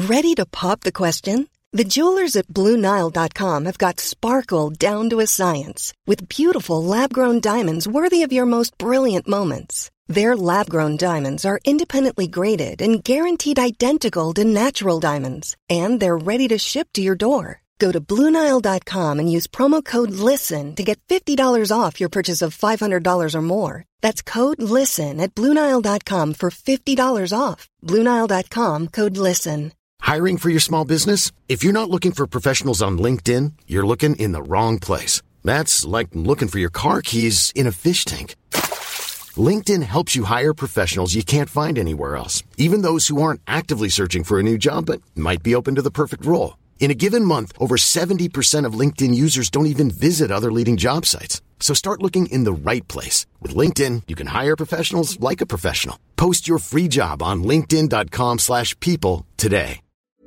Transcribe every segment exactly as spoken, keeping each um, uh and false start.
Ready to pop the question? The jewelers at Blue Nile dot com have got sparkle down to a science with beautiful lab-grown diamonds worthy of your most brilliant moments. Their lab-grown diamonds are independently graded and guaranteed identical to natural diamonds, and they're ready to ship to your door. Go to Blue Nile dot com and use promo code LISTEN to get fifty dollars off your purchase of five hundred dollars or more. That's code LISTEN at Blue Nile dot com for fifty dollars off. Blue Nile dot com, code LISTEN. Hiring for your small business? If you're not looking for professionals on LinkedIn, you're looking in the wrong place. That's like looking for your car keys in a fish tank. LinkedIn helps you hire professionals you can't find anywhere else, even those who aren't actively searching for a new job but might be open to the perfect role. In a given month, over seventy percent of LinkedIn users don't even visit other leading job sites. So start looking in the right place. With LinkedIn, you can hire professionals like a professional. Post your free job on linkedin dot com slash people today.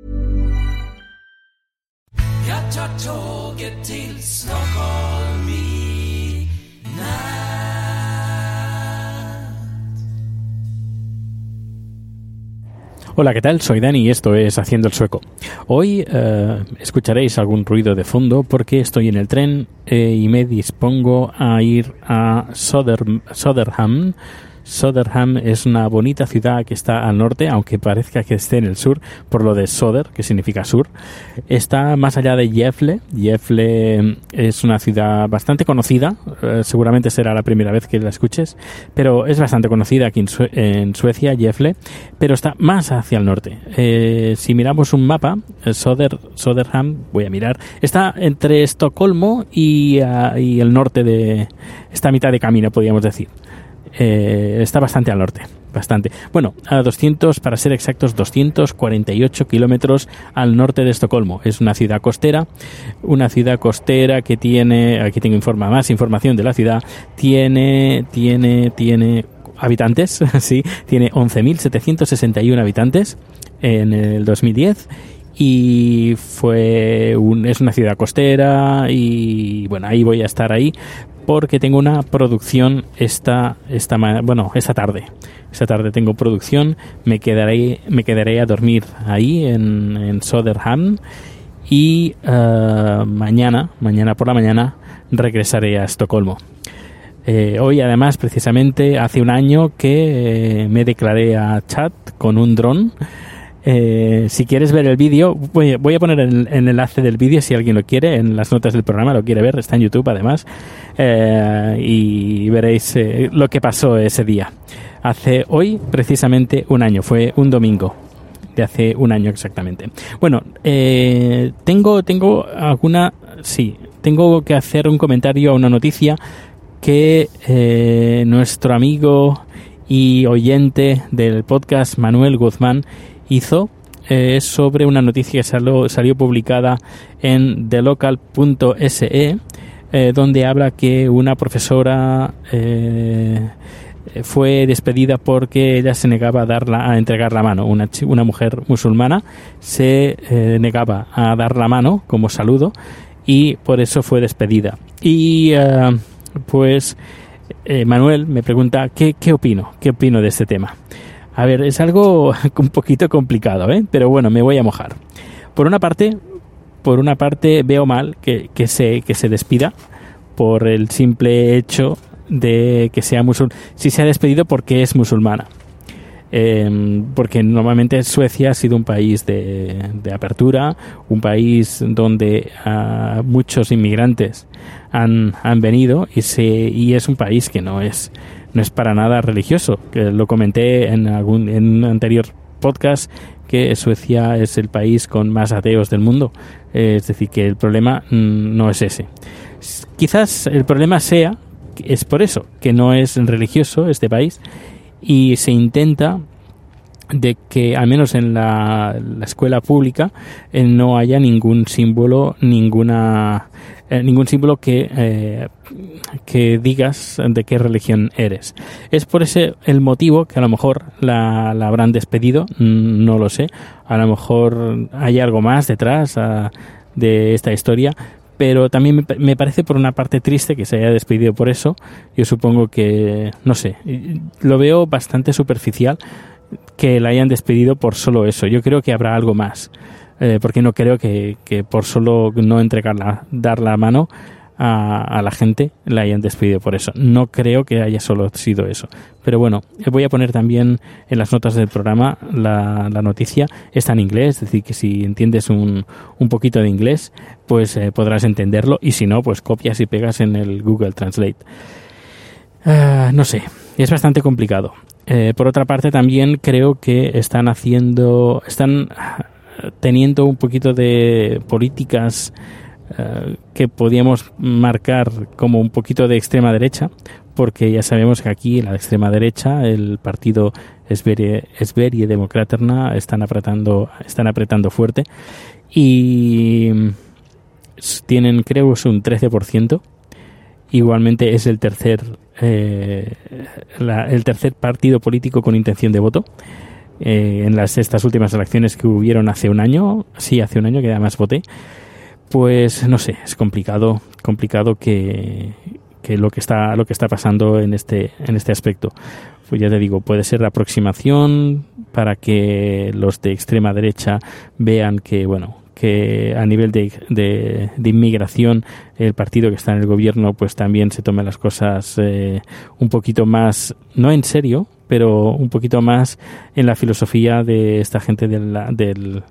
Jag tar tåget till Stockholm i natt. Hola, ¿qué tal? Soy Dani y esto es Haciendo el Sueco. Hoy eh, escucharéis algún ruido de fondo porque estoy en el tren eh, y me dispongo a ir a Soder, Soderhamn. Soderhamn es una bonita ciudad que está al norte, aunque parezca que esté en el sur, por lo de Soder, que significa sur. Está más allá de Gävle. Gävle es una ciudad bastante conocida, eh, seguramente será la primera vez que la escuches, pero es bastante conocida aquí en, Sue- en Suecia, Gävle, pero está más hacia el norte. Eh, si miramos un mapa, Soder, Soderhamn, voy a mirar, está entre Estocolmo y, uh, y el norte de... esta mitad de camino, podríamos decir. Eh, está bastante al norte, bastante. Bueno, a doscientos, para ser exactos, doscientos cuarenta y ocho kilómetros al norte de Estocolmo. Es una ciudad costera, una ciudad costera que tiene, aquí tengo informa, más información de la ciudad, tiene, tiene, tiene habitantes, sí, tiene once mil setecientos sesenta y uno habitantes en el dos mil diez. Y fue un, es una ciudad costera y bueno, ahí voy a estar ahí porque tengo una producción esta esta bueno esta tarde esta tarde tengo producción. Me quedaré me quedaré a dormir ahí en, en Soderhamn y uh, mañana mañana por la mañana regresaré a Estocolmo. Eh, hoy además precisamente hace un año que eh, me declaré a chat con un dron. Eh, si quieres ver el vídeo, voy, voy a poner el, el enlace del vídeo si alguien lo quiere, en las notas del programa, lo quiere ver, está en YouTube además, eh, y veréis eh, lo que pasó ese día. Hace hoy precisamente un año, fue un domingo de hace un año exactamente. Bueno, eh, tengo, tengo alguna, sí, tengo que hacer un comentario a una noticia que eh, nuestro amigo y oyente del podcast Manuel Guzmán hizo eh, sobre una noticia que salió, salió publicada en the local punto s e, eh, donde habla que una profesora eh, fue despedida porque ella se negaba a, darla, a entregar la mano. Una, una mujer musulmana se eh, negaba a dar la mano como saludo y por eso fue despedida. Y eh, pues eh, Manuel me pregunta ¿qué, qué opino? ¿Qué opino de este tema? A ver, es algo un poquito complicado, ¿eh? Pero bueno, me voy a mojar. Por una parte, por una parte veo mal que, que, se, que se despida por el simple hecho de que sea musulmana. Si se ha despedido porque es musulmana. Eh, porque normalmente Suecia ha sido un país de, de apertura, un país donde uh, muchos inmigrantes han, han venido y, se, y es un país que no es... no es para nada religioso, que lo comenté en algún en un anterior podcast, que Suecia es el país con más ateos del mundo, eh, es decir, que el problema mmm, no es ese. Quizás el problema sea, es por eso, que no es religioso este país y se intenta de que al menos en la, la escuela pública eh, no haya ningún símbolo, ninguna eh, ningún símbolo que eh, que digas de qué religión eres. Es por ese el motivo que a lo mejor la, la habrán despedido, no lo sé. A lo mejor hay algo más detrás a, de esta historia, pero también me, me parece por una parte triste que se haya despedido por eso. Yo supongo que, no sé, lo veo bastante superficial. que la hayan despedido por solo eso. Yo creo que habrá algo más, eh, porque no creo que, que por solo no entregarla, dar la mano a, a la gente, la hayan despedido por eso. No creo que haya solo sido eso. Pero bueno, voy a poner también en las notas del programa la, la noticia. Está en inglés, es decir, que si entiendes un, un poquito de inglés, pues eh, podrás entenderlo, y si no, pues copias y pegas en el Google Translate. Uh, no sé, es bastante complicado. Eh, por otra parte, también creo que están haciendo, están teniendo un poquito de políticas Uh, que podíamos marcar como un poquito de extrema derecha, porque ya sabemos que aquí la extrema derecha, el partido Sverige Demokraterna, están apretando, están apretando fuerte y tienen, creo, un trece por ciento. Igualmente es el tercer eh, la, el tercer partido político con intención de voto. Eh, en las estas últimas elecciones que hubieron hace un año, sí, hace un año que además voté. Pues no sé, es complicado, complicado que, que lo que está, lo que está pasando en este, en este aspecto. Pues ya te digo, puede ser la aproximación para que los de extrema derecha vean que, bueno, que a nivel de, de, de inmigración, el partido que está en el gobierno, pues también se tome las cosas eh, un poquito más, no en serio, pero un poquito más en la filosofía de esta gente del, del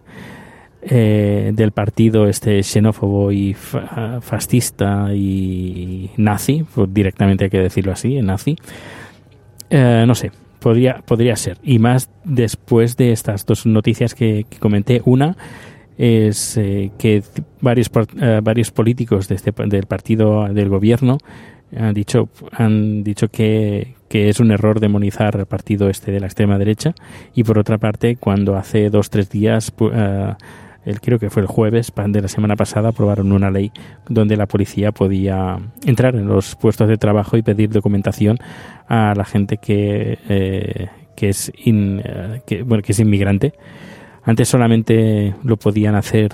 Eh, del partido este xenófobo y fa- fascista y nazi, pues directamente hay que decirlo así, nazi. Eh, no sé, podría podría ser. Y más después de estas dos noticias que, que comenté. Una es eh, que varios uh, varios políticos de este, del partido del gobierno han dicho han dicho que que es un error demonizar al partido este de la extrema derecha. Y por otra parte, cuando hace dos tres días uh, el, creo que fue el jueves de la semana pasada, aprobaron una ley donde la policía podía entrar en los puestos de trabajo y pedir documentación a la gente que eh, que es in, eh, que, bueno, que es inmigrante. Antes solamente lo podían hacer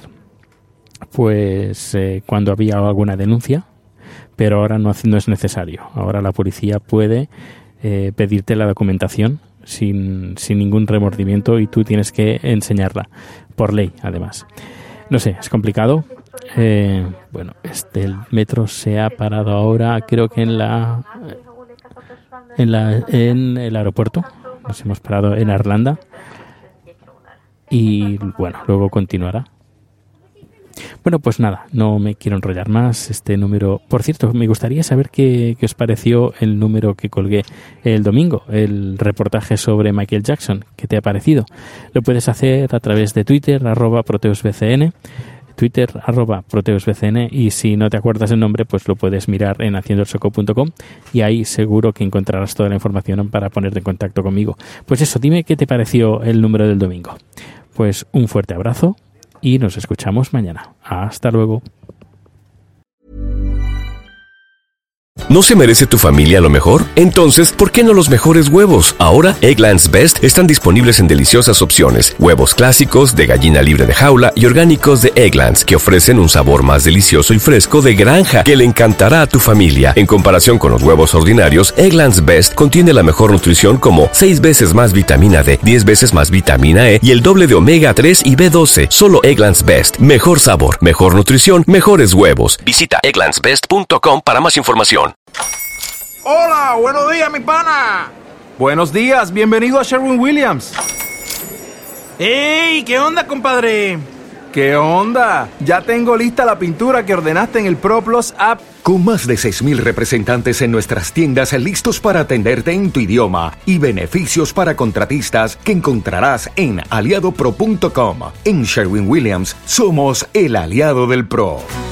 pues eh, cuando había alguna denuncia, pero ahora no, no es necesario. Ahora la policía puede eh, pedirte la documentación sin, sin ningún remordimiento, y tú tienes que enseñarla por ley, además. No sé, es complicado. Eh, bueno, este el metro se ha parado ahora, creo que en la en la en el aeropuerto. Nos hemos parado en Arlanda y bueno, luego continuará. Bueno, pues nada, no me quiero enrollar más. Este número, por cierto, me gustaría saber qué, qué os pareció el número que colgué el domingo, el reportaje sobre Michael Jackson. ¿Qué te ha parecido? Lo puedes hacer a través de Twitter, arroba proteusbcn, Twitter, arroba proteusbcn, y si no te acuerdas el nombre, pues lo puedes mirar en haciendo el soco punto com, y ahí seguro que encontrarás toda la información para ponerte en contacto conmigo. Pues eso, dime qué te pareció el número del domingo. Pues un fuerte abrazo y nos escuchamos mañana. Hasta luego. ¿No se merece tu familia lo mejor? Entonces, ¿por qué no los mejores huevos? Ahora, Eggland's Best están disponibles en deliciosas opciones. Huevos clásicos, de gallina libre de jaula y orgánicos de Eggland's, que ofrecen un sabor más delicioso y fresco de granja que le encantará a tu familia. En comparación con los huevos ordinarios, Eggland's Best contiene la mejor nutrición, como seis veces más vitamina D, diez veces más vitamina E y el doble de omega tres y B doce. Solo Eggland's Best. Mejor sabor, mejor nutrición, mejores huevos. Visita egglands best punto com para más información. Hola, buenos días, mi pana. Buenos días, bienvenido a Sherwin-Williams. ¡Ey! ¿Qué onda, compadre? ¿Qué onda? Ya tengo lista la pintura que ordenaste en el ProPlus app. Con más de seis mil representantes en nuestras tiendas listos para atenderte en tu idioma y beneficios para contratistas que encontrarás en aliado pro punto com. En Sherwin-Williams somos el aliado del pro.